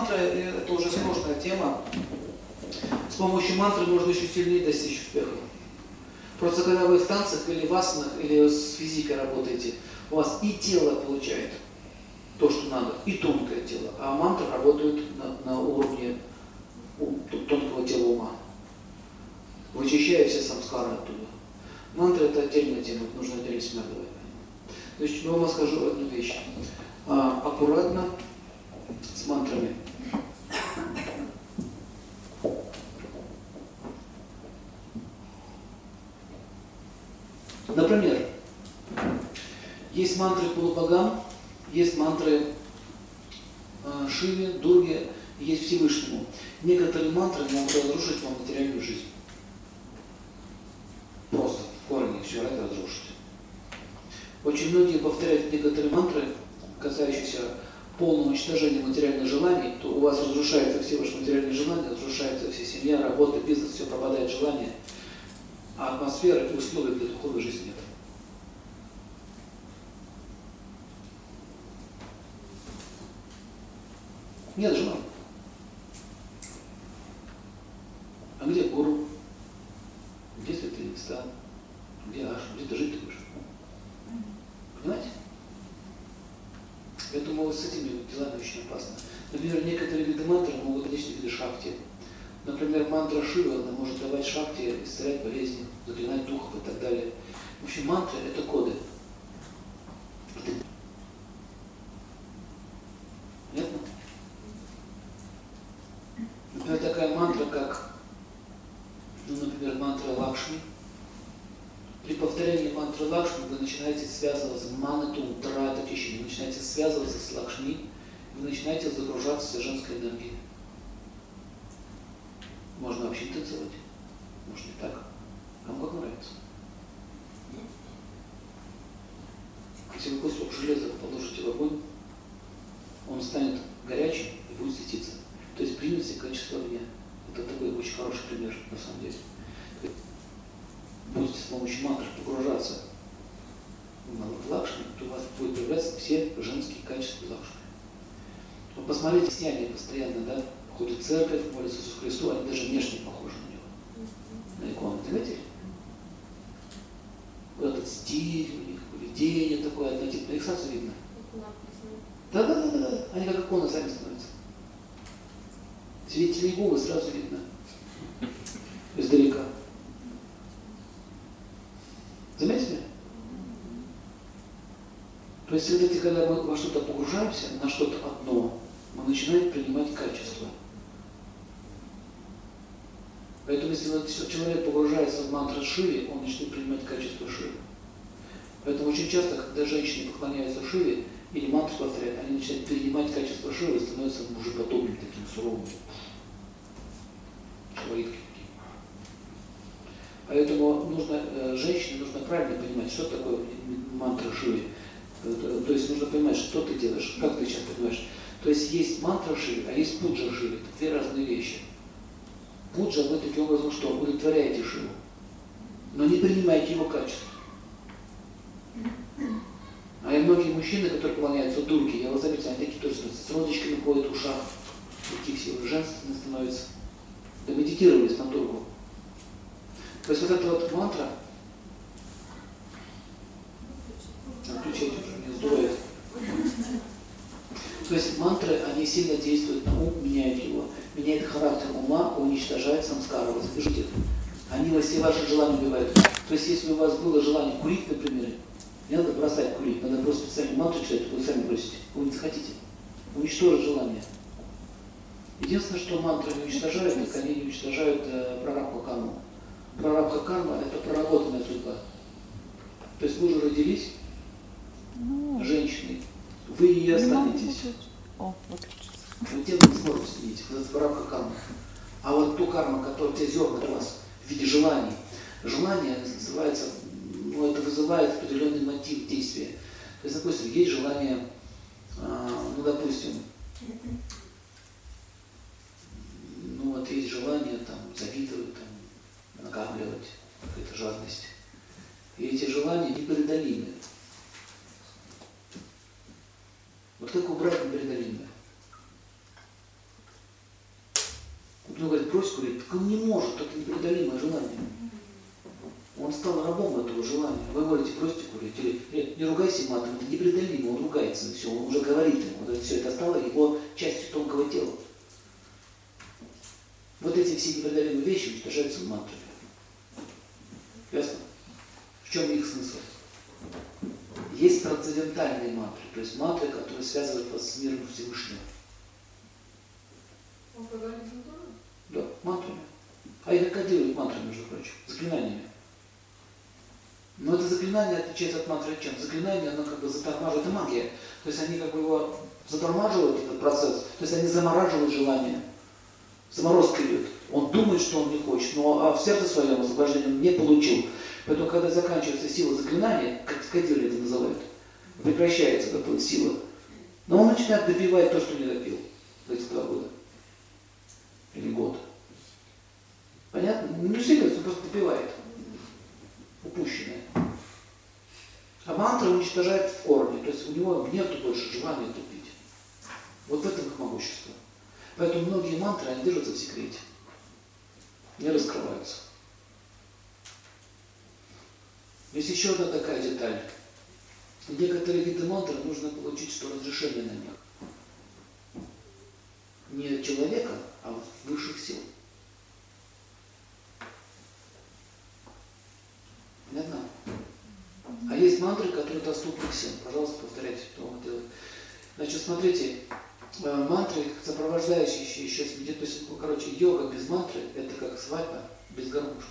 мантра это уже сложная тема. С помощью мантры можно еще сильнее достичь успеха. Просто когда вы в танцах или в асанах, или с физикой работаете, у вас и тело получает то, что надо, и тонкое тело. А мантры работают на уровне тонкого тела ума, вычищая все самскары оттуда. Мантры это отдельная тема, это нужно отдельно себя говорить. То есть, я вам скажу одну вещь. Аккуратно с мантрами. Например, есть мантры полубогам, есть мантры Шиве, Дурге, есть Всевышнему. Некоторые мантры могут разрушить вам материальную жизнь. Просто в корне все это разрушить. Очень многие повторяют некоторые мантры, касающиеся полного уничтожения материальных желаний, то у вас разрушаются все ваши материальные желания, разрушается вся семья, работа, бизнес, все пропадает желание, а атмосферы и условий для духовной жизни нет. Нет желания. А где гуру? Где святые места? Где аш? Где ты жить ты будешь? Понимаете? Я думаю, с этими делами очень опасно. Например, некоторые виды мантры могут различные виды шакти. Например, мантра Шивы, она может давать шакти, исцелять болезни, заклинать духов и так далее. В общем, мантры – это коды. Понятно? Например, такая мантра, как, например, мантра Лакшми. При повторении мантры Лакшми вы начинаете связываться с Манату, Трата, Тиши, вы начинаете связываться с Лакшми, вы начинаете загружаться в женской энергией. Можно вообще танцевать, может и так. Кому как нравится. Если вы кусок железа положите в огонь, он станет горячим и будет светиться. То есть примите качество огня. Это такой очень хороший пример на самом деле. Будете с помощью мантры погружаться в Лакшми, то у вас будет появляться все женские качества Лакшми. Вот посмотрите, христиане постоянно, да, ходят в церковь, молятся Иисусу Христу, они даже внешне похожи на него, на икону. Заметили? Вот этот стиль у них, поведение такое однотипное, их сразу видно. Да, они как иконы сами становятся. Свидетели Иеговы сразу видно, издалека. Заметили? То есть, когда мы во что-то погружаемся, на что-то одно, мы начинаем принимать качество. Поэтому, если человек погружается в мантру Шиве, он начнет принимать качество Шивы. Поэтому очень часто, когда женщины поклоняются Шиве или мантру повторяют, они начинают принимать качество Шивы и становятся мужеподобными, такими суровыми. Фаворитки такие. Поэтому женщине нужно правильно понимать, что такое мантра Шивы. То есть нужно понимать, что ты делаешь, как ты сейчас понимаешь. То есть есть мантра Шивы, а есть пуджа Шивы. Это две разные вещи. Пуджа вы таким образом что? Удовлетворяете Шиву, но не принимаете его качество. А и многие мужчины, которые поклоняются Дурге, я вас заметил, они такие тоже с розочками ходят в ушах, такие все женственные становятся. Да медитировались на Дургу. То есть вот эта вот мантра, отключайте уже, не сдувает. То есть мантры, они сильно действуют на ум, меняют его, меняют характер ума, уничтожают самскары. Вот запишите. Они все ваши желания убивают. То есть если у вас было желание курить, например, не надо бросать курить, надо просто специально мантру читать, вы сами бросите. Вы не захотите. Уничтожить желание. Единственное, что мантры не уничтожают, так они не уничтожают прарабдха карму. Прарабдха карма – это проработанная судьба. То есть вы уже родились женщиной, вы ей останетесь. Вы тем не сможете сменить, это прарабдха карма. А вот ту карму, которая те зерна у вас в виде желаний, желание называется, это вызывает определенный мотив действия. То есть, допустим, есть желание, допустим, есть желание там завидовать, там, накапливать, какая-то жадность. И эти желания непреодолимы. Вот как убрать непреодолимое? Кто говорит, брось курить, так он не может, это непреодолимое желание. Он стал рабом этого желания. Вы говорите, бросьте курить, или не ругайся матом, это непреодолимо, он ругается, и все, он уже говорит ему, вот все это стало его частью тонкого тела. Вот эти все непреодолимые вещи уничтожаются в мантре. Ясно? В чем их смысл? Есть трансцендентальные мантры, то есть мантры, которые связывают вас с миром Всевышнего. Да, мантрами. А их кодируют мантрами, между прочим, заклинаниями. Но это заклинание отличается от мантры чем? Заклинание, оно как бы затормаживает, это магия. То есть они как бы его затормаживают, этот процесс, то есть они замораживают желание. Заморозка идет. Он думает, что он не хочет, но в сердце своем освобождение он не получил. Поэтому, когда заканчивается сила заклинания, как кодирование это называют, прекращается эта вот сила, но он начинает допивать то, что не допил за эти 2 года. Или год. Понятно? Не усиливается, он просто допивает. Упущенное. А мантра уничтожает в корне, то есть у него нет больше желания тупить. Вот в этом их могущество. Поэтому многие мантры, они держатся в секрете. Не раскрываются. Есть еще одна такая деталь. Некоторые виды мантр нужно получить что разрешение на них. Не человека, а высших сил. Понятно? А есть мантры, которые доступны всем. Пожалуйста, повторяйте, кто вам делает. Значит, смотрите, мантры, сопровождающие еще с медитацией, то есть, короче, йога без мантры – это как свадьба без гармошки.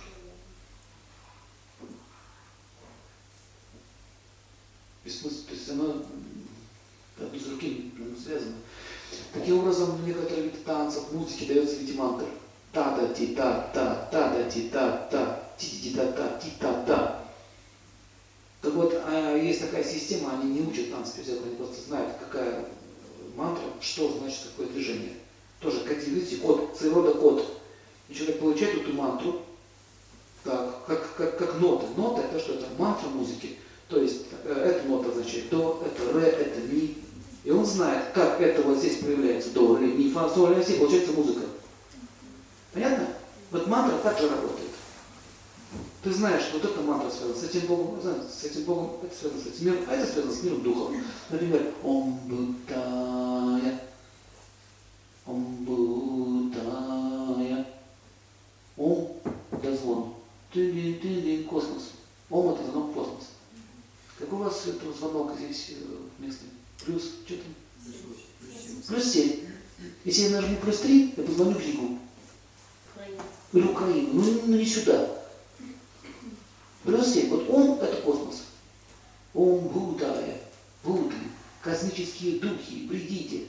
Бессмысленно, то есть оно одно с другим связано. Таким образом, некоторые виды танцев, музыки дается в виде мантр. Та-да-ти-та-та, та-да-ти-та-та, ти-ти-та-та, так вот, есть такая система, они не учат танцы, они просто знают, какая мантра, что значит какое движение. Тоже кодируете код, своего рода код. И человек получает эту мантру, так, как ноты. Нота это что? Это мантра музыки. То есть, эта нота означает до, это ре, это ми. И он знает, как это вот здесь проявляется. До, ре, ми, фа, соль, ля, си, получается музыка. Понятно? Вот мантра так же работает. Ты знаешь, что вот эта мантра связана с этим Богом, это связано с этим миром, а это связано с миром духов. Например, Ом Буддая, Ом Буддая, Ом – это звон, ты космос, Ом – это звонок в космос. Как у вас это звонок здесь местный? Плюс, что там? Плюс 7. Если я нажму плюс 3, я позвоню в Ригу. Или Украину, ну не сюда. Плюс 7. Вот Ом – это космос. Ом Буддая, Будды, космические духи, придите.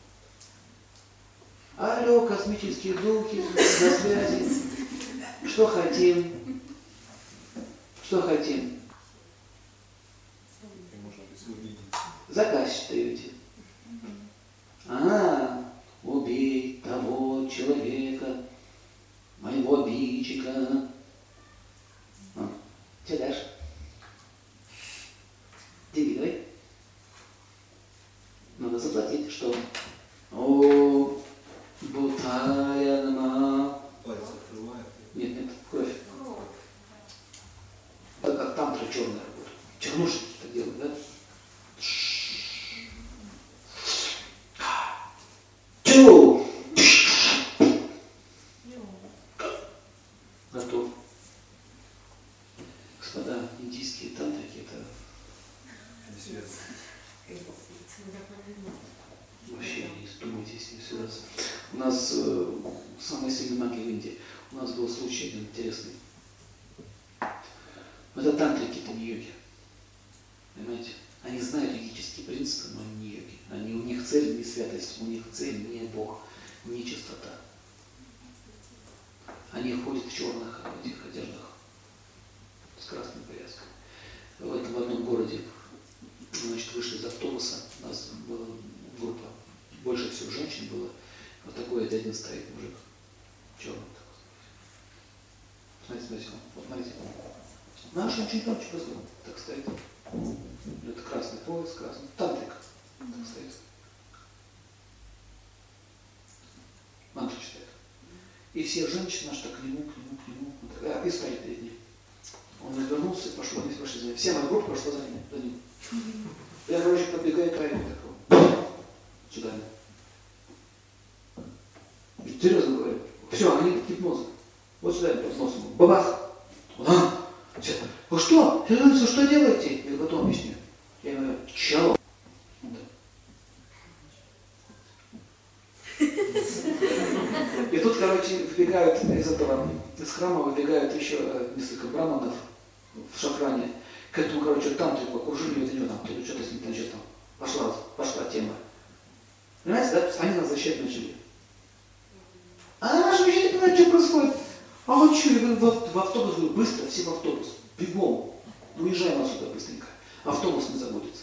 Алло, космические духи, на связи. Что хотим? Что хотим? Заказ даете. Убей того человека, моего обидчика. Что дашь? Деньги давай. Надо заплатить, что? О, Буддая нама. Пальцы открывает. Нет, кровь. Так как тантра черная работа. Чернушки так делают, да? Чу! Готов. Господа, индийские тантрики это вообще не думайте, с ним связаться. У нас самые сильные маги в Индии. У нас был случай один интересный. Это тантрики, это не йоги. Понимаете? Они знают йогические принципы, но они не йоги. У них цель не святость, у них цель не Бог, не чистота. Они ходят в черных этих одеждах с красной повязкой. В одном городе, значит, вышли из автобуса, у нас была группа, больше всего женщин было, вот такой один стоит мужик, черный такой. Смотрите, вот смотрите. Наш очень просто так стоит. Это красный пояс, красный. Тантрик. Так стоит. Мантру читает. И все женщины аж так к нему. И стоит перед ним. Он развернулся и пошел, они пошли за ним. Вся моя группа пошла за ним. Я, короче, подбегаю к Равину такого. Сюда. Серьезно говорю. Все, они под гипнозом. Вот сюда, под носом. Бабах! Куда? Все. Вы что? Вы что делаете? Я потом объясню. Я говорю, чего? И тут, короче, выбегают из храма выбегают еще несколько браманов в шафране. К этому, короче, тантрику окружили от него там, что-то с ним там, пошла тема. Понимаете, да? Они нас защищать начали. А наши вообще не понимают, что происходит. А вот что, я говорю, в автобус, говорю, быстро, все в автобус, бегом, уезжаем отсюда быстренько. Автобус не забудется.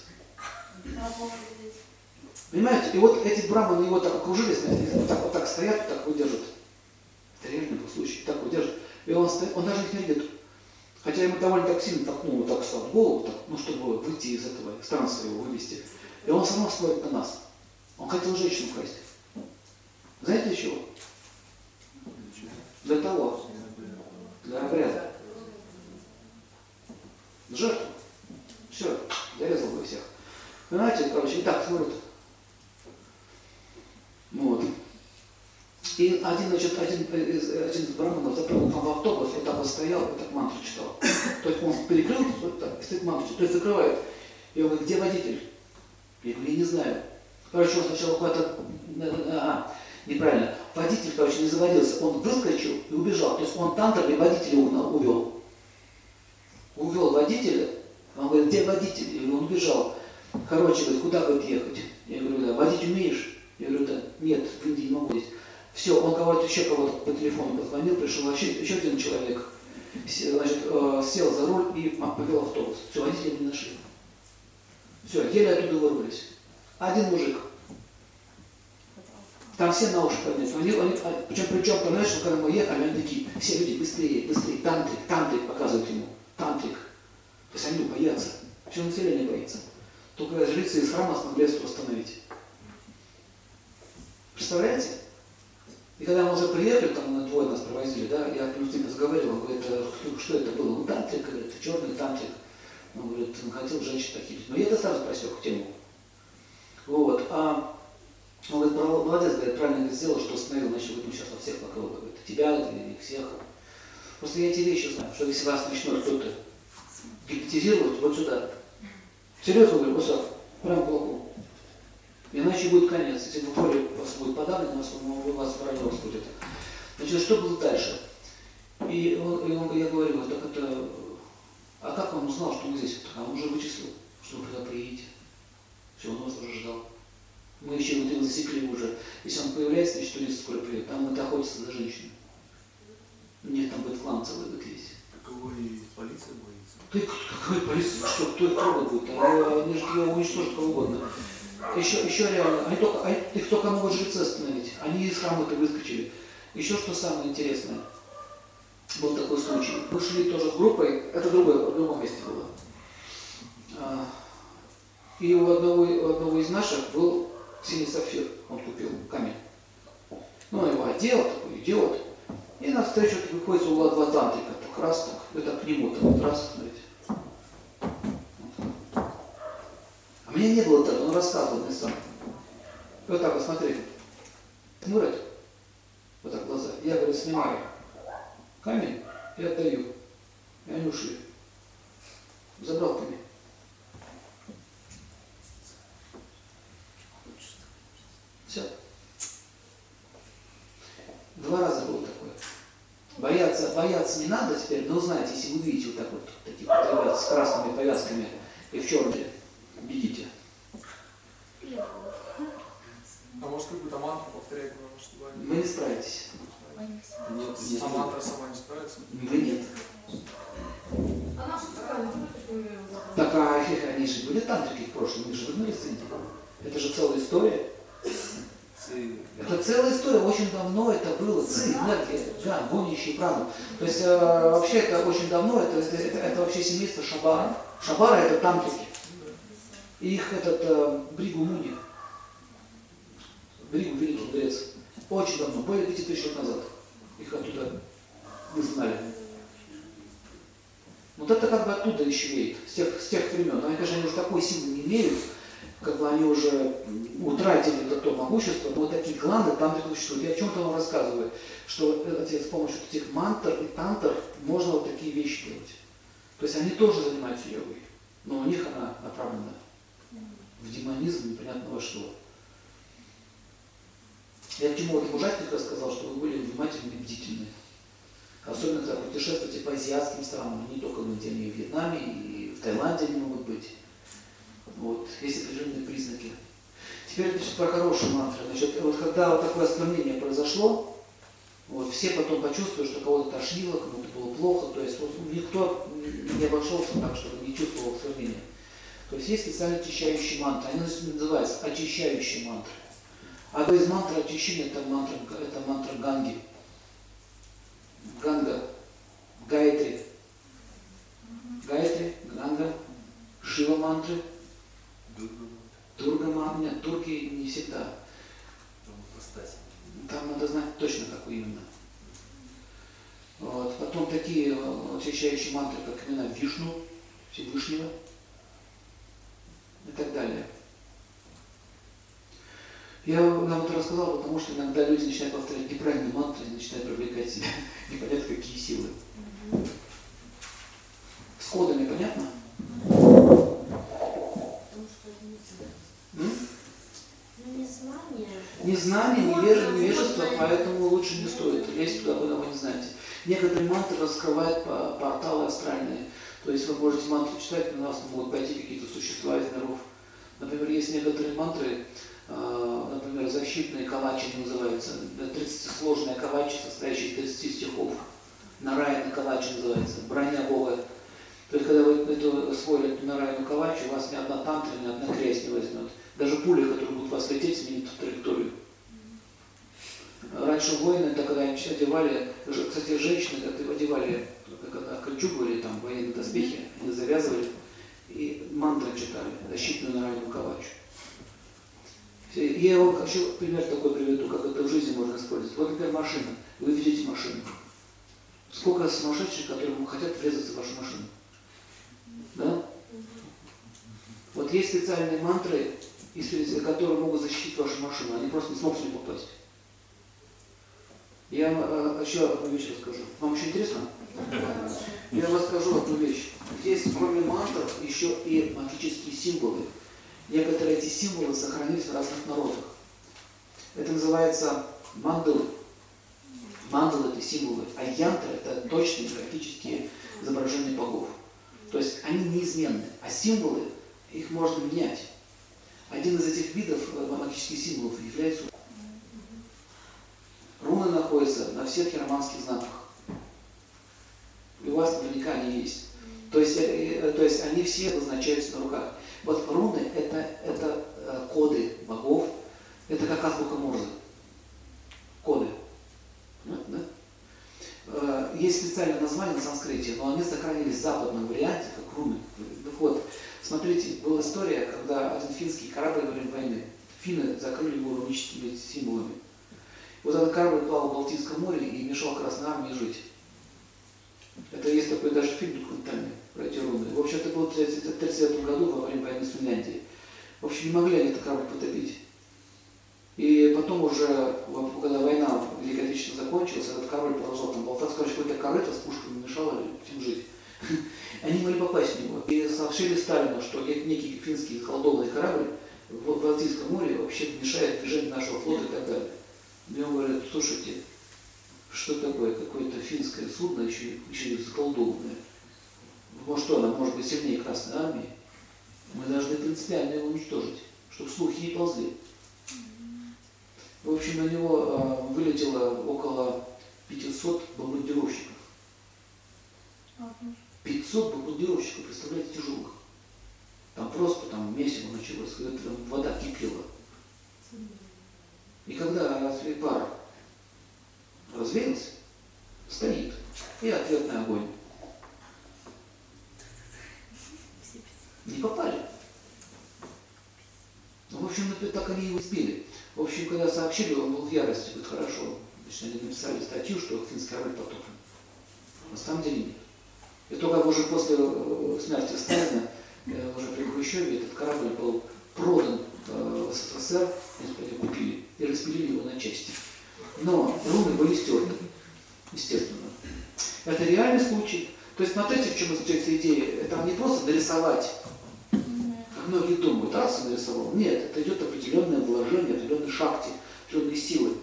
Понимаете, и вот эти браманы его так окружили, знаете, вот так стоят, вот так выдержат. Это реально был случай, так выдержат. И он стоит, он даже их не видит. Хотя ему довольно так сильно толкнул, вот так встал в голову, так, ну, чтобы выйти из этого странства его вывести. И он все равно смотрит на нас. Он хотел женщину украсть. Знаете для чего? Для того. Для обряда. Жертву. Все, зарезал бы всех. Понимаете, короче, и так смотрит. Вот. И один из браманов запрыгнул там в автобус, вот так вот стоял, вот так мантру читал. То есть он перекрыл, вот так, стоит мантру, то есть закрывает. И он говорит, где водитель? Я говорю, я не знаю. Короче, он сначала куда-то... неправильно. Водитель, короче, не заводился. Он выскочил и убежал. То есть он тантр и водителя увел. Увел водителя. Он говорит, где водитель? Я говорю, он убежал. Короче, говорит, куда, говорит, ехать? Я говорю, да. Водить умеешь? Я говорю, да. Нет, в Индии не могу здесь. Все, он еще кого-то по телефону позвонил, пришел еще один человек. Значит, сел за руль и повел автобус. Все, водителя не нашли. Все, еле оттуда вырвались. Один мужик. Там все на уши поднялись. Причем, понимаешь, что когда мы ехали, они такие, все люди, быстрее, тантрик показывают ему. Тантрик. То есть они боятся. Все население боится. Только жрецы из храма смогли это остановить. Представляете? И когда мы уже приехали, там на двое нас провозили, да, я с ним разговаривал, он говорит, что это было? Ну, тантрик, говорит, черный тантрик. Он говорит, он хотел женщин таких. Но я это сразу просек тему. Вот. Он говорит, молодец, говорит, правильно сделал, что остановил, иначе вы сейчас во всех покрыл, говорит, тебя и всех. Просто я эти вещи знаю, что если вас начнет кто-то гипнотизировать, вот сюда. Серьезно говорю, вот сюда, прям кулаком. Иначе будет конец. Если в поле вас будет подавлено, у вас параллелс будет. Значит, что было дальше? И я говорю, так это, а как он узнал, что мы здесь? А он уже вычислил, что вы туда приедете. Все, он вас уже ждал. Мы еще его засекли уже. Если он появляется, значит, турист скоро приедет. Там это охотится за женщиной. Нет, там будет клан целый будет есть. Какого и полиция боится? Какой полиция? Что, кто их трогать будет? Они же его уничтожат кого угодно. Еще реально, их только могут жрецы остановить. Они из храма-то выскочили. Еще что самое интересное. Был такой случай. Мы шли тоже с группой, это в другом месте было. И у одного из наших был синий сапфир, он купил камень. Ну, он его одел, такой идиот. И навстречу выходит с угла два тантрика, так раз, так, это к нему, так вот раз, смотрите. А мне не было так, он рассказывал мне сам. И вот так вот, смотрите. Смотрит, вот так глаза. Я, говорю, снимаю камень и отдаю. И они ушли. Забрал камень. Все. 2 раза было такое. Бояться не надо теперь, но знаете, если вы видите вот так вот таких вот ребят с красными повязками и в черные, бегите. А может какую-то мантру повторять нужно, чтобы они... Вы не справитесь. Нет. А мантра сама не справится? Вы нет. А наша цикла, Так, а они же были тантрики в прошлом, мы же вернулись с Индии. Это же целая история. Это целая история, очень давно это было, энергия, да, гонящий прану. То есть вообще это очень давно, это вообще семейство Шабара. Шабара это тантрики. И их Бригу Муни, Бригу великий мудрец, очень давно, более 5000 лет назад. их оттуда вызнали. Вот это как бы оттуда еще веет, с тех времен. Они, конечно, они уже такой силы не имеют, как бы они уже утратили это то могущество, но вот такие гланды там существуют. Я о чем-то вам рассказываю, что с помощью этих мантр и тантр можно вот такие вещи делать. То есть они тоже занимаются йогой, но у них она направлена в демонизм, непонятно во что. Я к чему вот ужасненько рассказал, что вы были внимательны и бдительны. Особенно, когда путешествуете по азиатским странам, не только в Индии, и в Вьетнаме, и в Таиланде они могут быть. Вот, есть определенные признаки. Теперь, значит, про хорошие мантры. Значит, вот когда вот такое осквернение произошло, вот, все потом почувствовали, что кого-то тошнило, кому-то было плохо, то есть вот, никто не обошелся так, чтобы не чувствовал осквернения. То есть есть специально очищающие мантры, они называются очищающие мантры. Одна из мантр очищения это мантра Ганги. Ганга, Гайатри, Ганга, Шива мантры, Дурга мантры. Нет, турки не всегда. Там надо знать точно, какой именно. Вот. Потом такие очищающие мантры, как имена Вишну, Всевышнего и так далее. Я вам это рассказал, потому что иногда люди начинают повторять неправильные мантры и начинают привлекать себя непонятно какие силы. С кодами понятно? Незнание, невежество, поэтому лучше не стоит лезть туда, куда вы не знаете. Некоторые мантры раскрывают порталы астральные. То есть вы можете мантры читать, на вас могут пойти какие-то существа из миров. Например, есть некоторые мантры, например, защитные кавачи называются. 30-сложная кавачи, состоящая из 30 стихов. Нараяна кавачи называется, броня Бога. То есть, когда вы эту освоили Нараяну кавачи, у вас ни одна тантра, ни одна грязь не возьмет. Даже пули, которые будут вас лететь, сменит траекторию. Раньше воины, когда они одевали, кстати, женщины, когда одевали, как кольчугу или там военные доспехи, они завязывали и мантры читали, защитную Нараяну кавачу. Я вам хочу пример такой приведу, как это в жизни можно использовать. Вот, например, машина. Вы ведете машину. Сколько сумасшедших, которые хотят врезаться в вашу машину? Да? Вот есть специальные мантры, которые могут защитить вашу машину. Они просто не смогут в нее попасть. Я вам еще одну вещь расскажу. Вам еще интересно? Я вам расскажу одну вещь. Есть, кроме мантров, еще и магические символы. Некоторые эти символы сохранились в разных народах. Это называется мандалы. Мандалы – это символы, а янтры – это точные графические изображения богов. То есть они неизменны, а символы, их можно менять. Один из этих видов магических символов является руны находятся на всех хиромантских знаках. И у вас наверняка они есть. То есть они все обозначаются на руках. Вот руны это коды богов, это как азбука Морзе. Коды. Да? Есть специальное название на санскрите, но они сохранились в западном варианте, как руны. Вот, смотрите, была история, когда один финский корабль во время войны, финны закрыли его руническими символами. Вот этот корабль плавал в Балтийском море и мешал Красной Армии жить. Это есть такой даже фильм документальный про эти руны. В общем, это было в 1939 году во время войны с Финляндией. В общем, не могли они этот корабль потопить. И потом уже, когда война Великой Отечественной закончилась, этот корабль продолжал там болтаться. Короче, какой-то корыто с пушками мешало всем жить. Они не могли попасть в него. И сообщили Сталину, что некий финский заколдованный корабль в Балтийском море вообще мешает движению нашего флота и так далее. И он говорит, слушайте, что такое, какое-то финское судно, еще и заколдованное. Ну что, она может быть сильнее Красной Армии? Мы должны принципиально его уничтожить, чтобы слухи не ползли. В общем, на него вылетело около 500 бомбардировщиков. 500 бомбардировщиков, представляете, тяжелых. Там просто месиво началось, вода кипела. И когда пар развеялся, стоит. И ответный огонь. Не попали. В общем, так они его сбили. В общем, когда сообщили, он был в ярости. Говорит, хорошо. Значит, они написали статью, что финский корабль потоплен. На самом деле нет. И только уже после смерти Сталина, уже при Хрущеве, этот корабль был продан в СССР, господи, купили и распилили его на части. Но руны были стерты, естественно. Это реальный случай. То есть смотрите, в чем заключается идея. Это не просто нарисовать, как многие думают, раз он нарисовал. Нет, это идет определенное вложение, определенные шахты, определенные силы.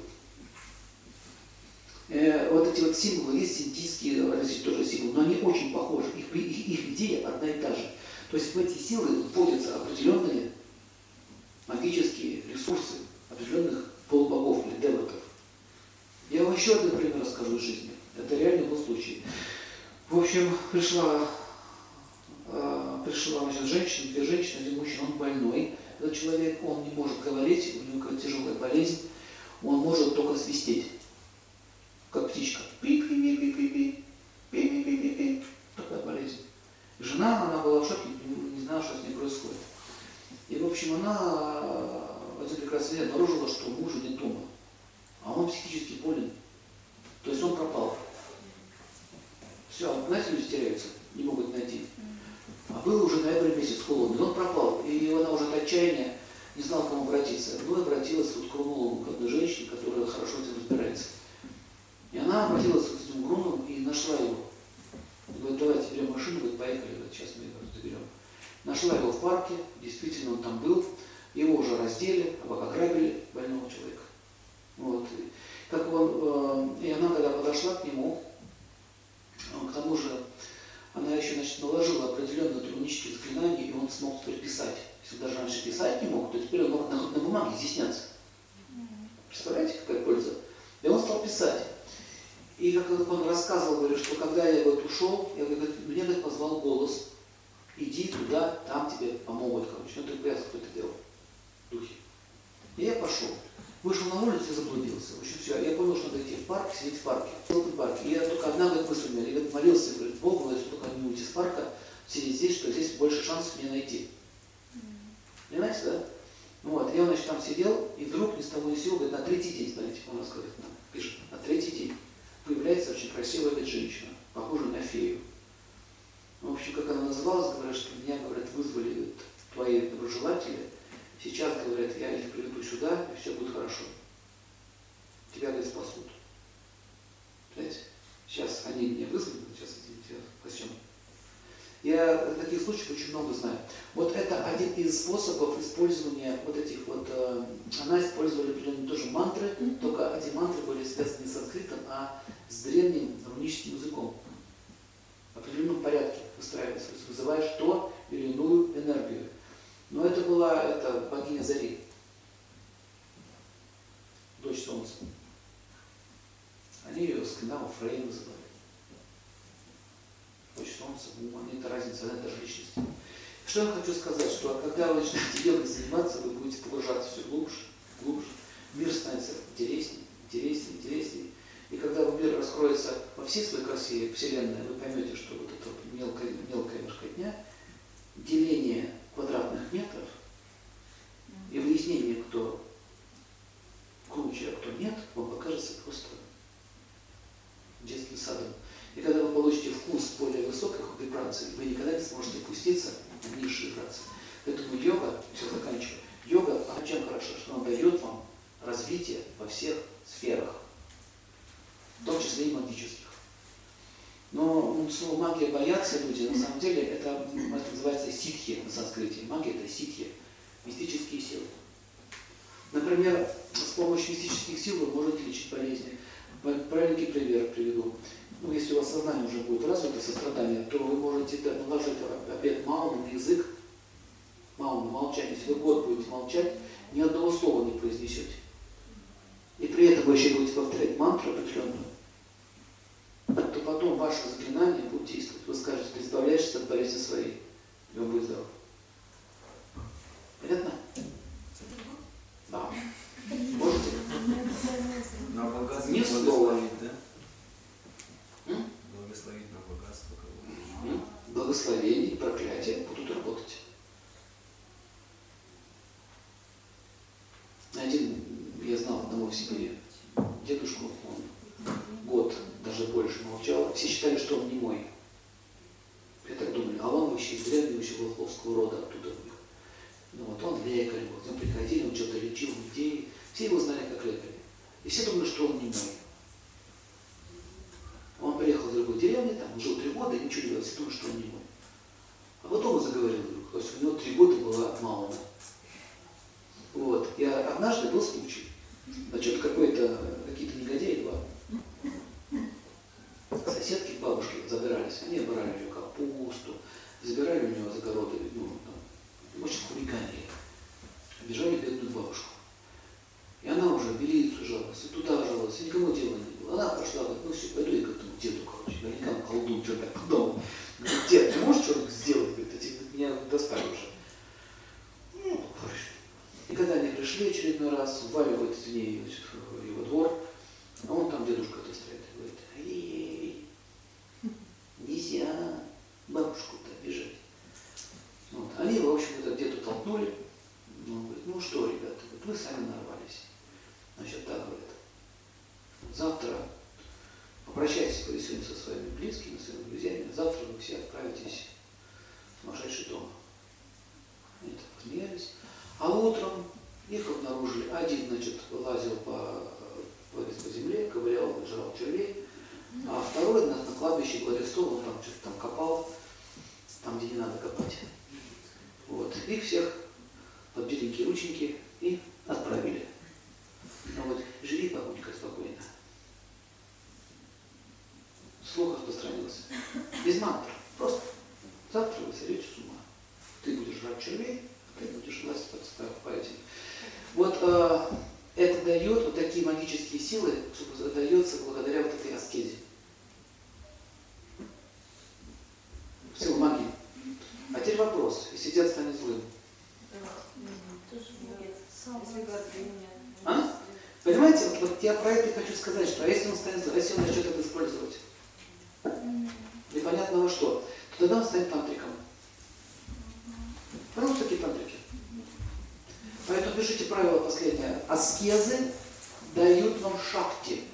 Вот эти вот символы, есть индийские, различные тоже символы, но они очень похожи. Их идея одна и та же. То есть в эти силы вводятся определенные магические ресурсы определенных полубогов или девотов. Я вам еще один пример расскажу из жизни. Это реально был случай. В общем, пришла значит, женщина, две женщины, один мужчина, он больной. Этот человек, он не может говорить, у него какая-то тяжелая болезнь, он может только свистеть, как птичка. Пи-пи-пи-пи-пи-пи, пи-пи-пи-пи-пи. Такая болезнь. Жена, она была в шоке, не знала, что с ней происходит. И, в общем, она в один прекрасный день обнаружила, что мужа нет дома. А он психически болен. То есть он пропал. Все, знаете, люди теряются, не могут найти. А был уже ноябрь месяц холодный, он пропал. И она уже от отчаяния не знала, к кому обратиться. Ну и обратилась вот к Грунову, к одной женщине, которая хорошо в этом разбирается. И она обратилась к этому Грунову и нашла его. Говорит, давайте берем машину, говорит, поехали, говорит, сейчас мы его заберем. Нашла его в парке, действительно он там был, его уже раздели, обограбили больного человека. Вот. И она, когда подошла к нему, к тому же, она еще, значит, наложила определенные рунические заклинания, и он смог теперь писать. Если он даже раньше писать не мог, то теперь он мог на бумаге изъясняться. Представляете, какая польза? И он стал писать. И как он рассказывал, говорит, что когда я вот ушел, я говорю, мне говорит, позвал голос, иди туда, там тебе помогут, короче. Ну, только ясно, кто это делал. Духи. И я пошел. Вышел на улицу и заблудился. В общем, все. Я понял, что надо идти в парк, сидеть в парке. Сидел в парке. И я только одна, говорит, мысль у меня. Я говорит, молился, говорит, Богу, если только не уйти из парка, сидеть здесь, что здесь больше шансов меня найти. Понимаете, да? Вот. И он, значит, там сидел, и вдруг ни с того ни с сего, говорит, на третий день, смотрите, он рассказывает нам, пишет, на третий день появляется очень красивая эта женщина, похожая на фею. В общем, как она называлась, говорят, что меня, говорят, вызвали, говорит, твои доброжелатели. Сейчас, говорят, я их приведу сюда, и все будет хорошо. Тебя, говорит, спасут. Понимаете? Сейчас они меня вызвали, сейчас тебя спасем. Я таких случаев очень много знаю. Вот это один из способов использования вот этих вот, она использовала определенные тоже мантры, только эти мантры были связаны не с санскритом, а с древним руническим языком. В определенном порядке выстраивается, то есть вызываешь ту или иную энергию. Но это была богиня Зари, дочь Солнца. Они ее скандал Фрей называли. Дочь Солнца, это разница, это даже личность. Что я хочу сказать, что когда вы начинаете йогой заниматься, вы будете погружаться все глубже, глубже. Мир становится интереснее, интереснее, интереснее. И когда мир раскроется во всей своей красе, Вселенная, вы поймете, что вот эта вот мелкая мешкотня, деление квадратных метров и выяснение, кто круче, а кто нет, вам покажется просто детским садом. И когда вы получите вкус более высоких вибраций, вы никогда не сможете опуститься на низшие вибрации. Поэтому йога, все заканчиваю, йога, а чем хорошо, что она дает вам развитие во всех сферах, в том числе и магических. Но слово магия боятся люди, на самом деле это называется ситхи на санскрите. Магия это ситхи, мистические силы. Например, с помощью мистических сил вы можете лечить болезни. Правильный пример приведу. Ну, если у вас сознание уже будет развито, сострадание, то вы можете наложить обет мауна на язык, мауна, молчать. Если вы год будете молчать, ни одного слова не произнесете. И при этом вы еще будете повторять мантру определенную, то потом ваше заклинание будет действовать. Вы скажете, ты избавляешься от болезни своей, и он будет здоров. Понятно? Да. Можете? На богатство Не слово. благословить, да? М? Благословить на богатство кого-то. Благословение и проклятие будут работать. Я знал одного в Сибири, дедушку, он больше молчал. Все считали, что он немой. Я так думали, а он вообще из древнего волховского рода оттуда у них. Ну вот он лекарь, вот, мы приходили, он что-то лечил людей. Все его знали как лекаря. И все думали, что он немой. Он приехал в другую деревню, там жил 3 года и ничего не делал, все думали, что он немой. А потом он заговорил вдруг. То есть у него 3 года была мама. Вот. И однажды был случай. Значит, какие-то негодяи два. Соседки к бабушке забирались. Они брали у нее капусту, забирали у нее с огорода, очень хулиганили. Обижали бедную бабушку. И она уже в милицию жаловалась, и туда жаловалась, и никому дела не было. Она пошла, говорит, ну все, пойду я к этому деду, короче, наверняка он колдун, что так дома. Говорит, дед, ты можешь что-нибудь сделать? Говорит, эти меня достали уже. Ну, хорошо. И когда они пришли очередной раз, вваливают в ней его двор, а он там дедушка-то стоит и говорит, эй, нельзя бабушку-то обижать. Вот. Они его, в общем, этот деду толкнули. Он говорит, ну что, ребята, вы сами нарвались. Значит, так говорит, завтра попрощайтесь по сегодня со своими близкими, своими друзьями, завтра вы все отправитесь в сумасшедший дом. Они так посмеялись. А утром их обнаружили. Один, значит, лазил по земле, ковырял, жрал червей, а второй на кладбище Гладистол, он там что-то там копал, там, где не надо копать. Вот. Их всех под беленькие рученьки и отправили. Ну вот, живи, бабулька, спокойно. Слух распространился. Без мантр. Просто завтра вы сойдете с ума. Ты будешь жрать червей, а ты будешь лазить по этим. Вот это дает, вот такие магические силы, дается благодаря вот этой аскезе. Сила магии. А теперь вопрос, если дед станет злым. А? Понимаете, вот я про это и хочу сказать, что если он станет злым, если он начнет это использовать, непонятно во что, то тогда он станет тантриком. Потому что такие тантрики. Поэтому пишите правило последнее. Аскезы дают вам шакти.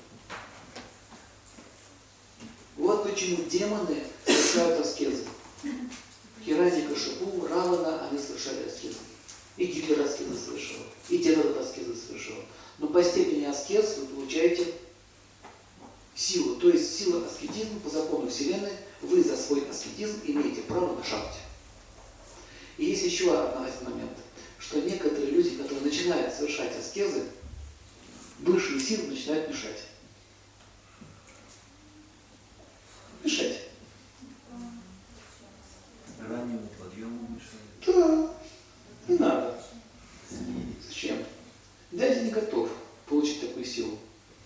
Вот почему демоны совершают аскезы. Хираньякашипу, Равана, они совершали аскезы. И Гитлер аскезы совершал, и Дедов аскезы совершал. Но по степени аскез вы получаете силу. То есть сила аскетизма по закону Вселенной, вы за свой аскетизм имеете право на шакти. И есть еще один момент, что некоторые люди, которые начинают совершать аскезы, высшие силы начинают мешать. Мешать. Раннему подъему мешает. Да, не надо. Зачем? Дядя не готов получить такую силу.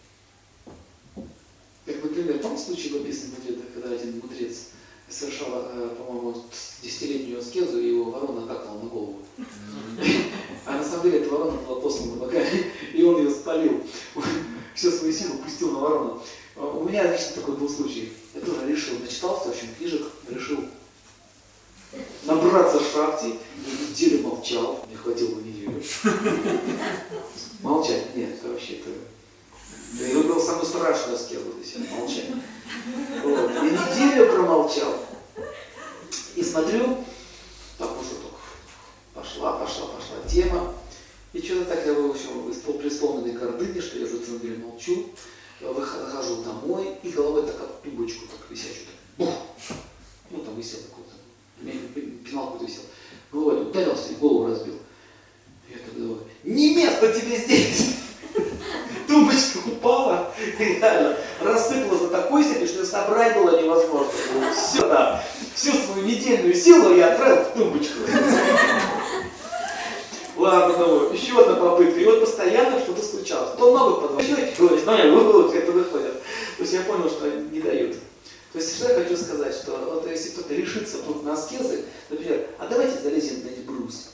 Как, например, помните случай в описанном мудрецах, когда один мудрец совершал, по-моему, 10-летнюю аскезу, и его ворона какала на голову. А на самом деле эта ворона была послана богами, и он ее спалил. Всю свою силу пустил на ворону. У меня лично такой был случай. Я тоже решил, начитался, в общем, книжек, решил набраться шахти, неделю молчал, мне хватило на неделю. Молчать? Нет, это вообще-то... Я выбрал самую страшную аскезу для себя, молчать. Вот. Я неделю промолчал. И смотрю, так уже пошла тема. И что-то так я, в общем, преисполненной гордыни, что я уже целую неделю молчу, выхожу домой, и головой так об тумбочку, так висячую, так, бух! Ну, там висел какой-то, пенал какой-то висел. Головой ударился и голову разбил. Я так думаю, не место тебе здесь! Тумбочка упала, реально, рассыпалась до такой степени, что собрать было невозможно. Все, да, всю свою недельную силу я отправил в тумбочку. Ладно, думаю, еще одна попытка. И вот постоянно что-то случалось. То много подводить, говорит, ну, это выходит. То есть я понял, что не дают. То есть что я хочу сказать, что вот если кто-то решится вдруг на аскезы, например, а давайте залезем на Эльбрус.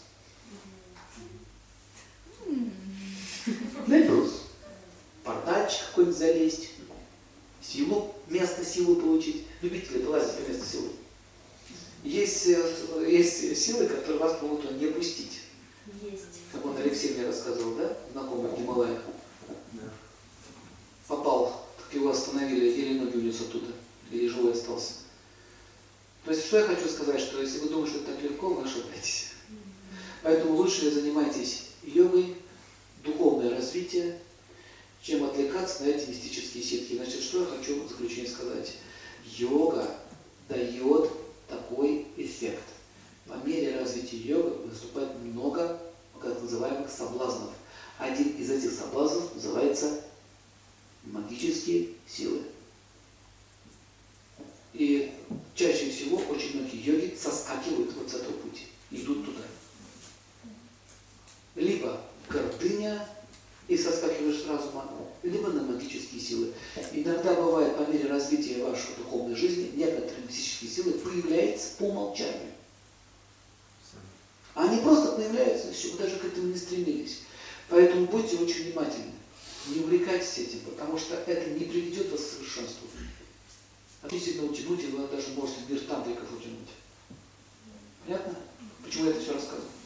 На Эльбрус. Портальчик какой-нибудь залезть, силу, место силы получить. Любители лазить по месту силы. Есть силы, которые вас могут не пустить. Есть. Как он Алексей мне рассказывал, да? Знакомый в Гималаях. Попал, так его его остановили, или ноги унес оттуда, или живой остался. То есть, что я хочу сказать, что если вы думаете, что это так легко, вы ошибаетесь. Поэтому лучше занимайтесь йогой, духовное развитие, чем отвлекаться на эти мистические сетки. Значит, что я хочу в заключение сказать? Йога дает такой эффект. По мере развития йога наступает много, так называемых, соблазнов. Один из этих соблазнов называется магические силы. И чаще всего очень многие йоги соскакивают вот с этого пути, идут туда. Либо гордыня, и соскакиваешь с разума, либо на магические силы. Иногда бывает, по мере развития вашей духовной жизни, некоторые мистические силы появляются по умолчанию. Они просто появляются, все, вы даже к этому не стремились. Поэтому будьте очень внимательны, не увлекайтесь этим, потому что это не приведет вас к совершенству. Относительно утянуть, и вы даже можете в мир тантриков утянуть. Понятно? Почему я это все рассказываю?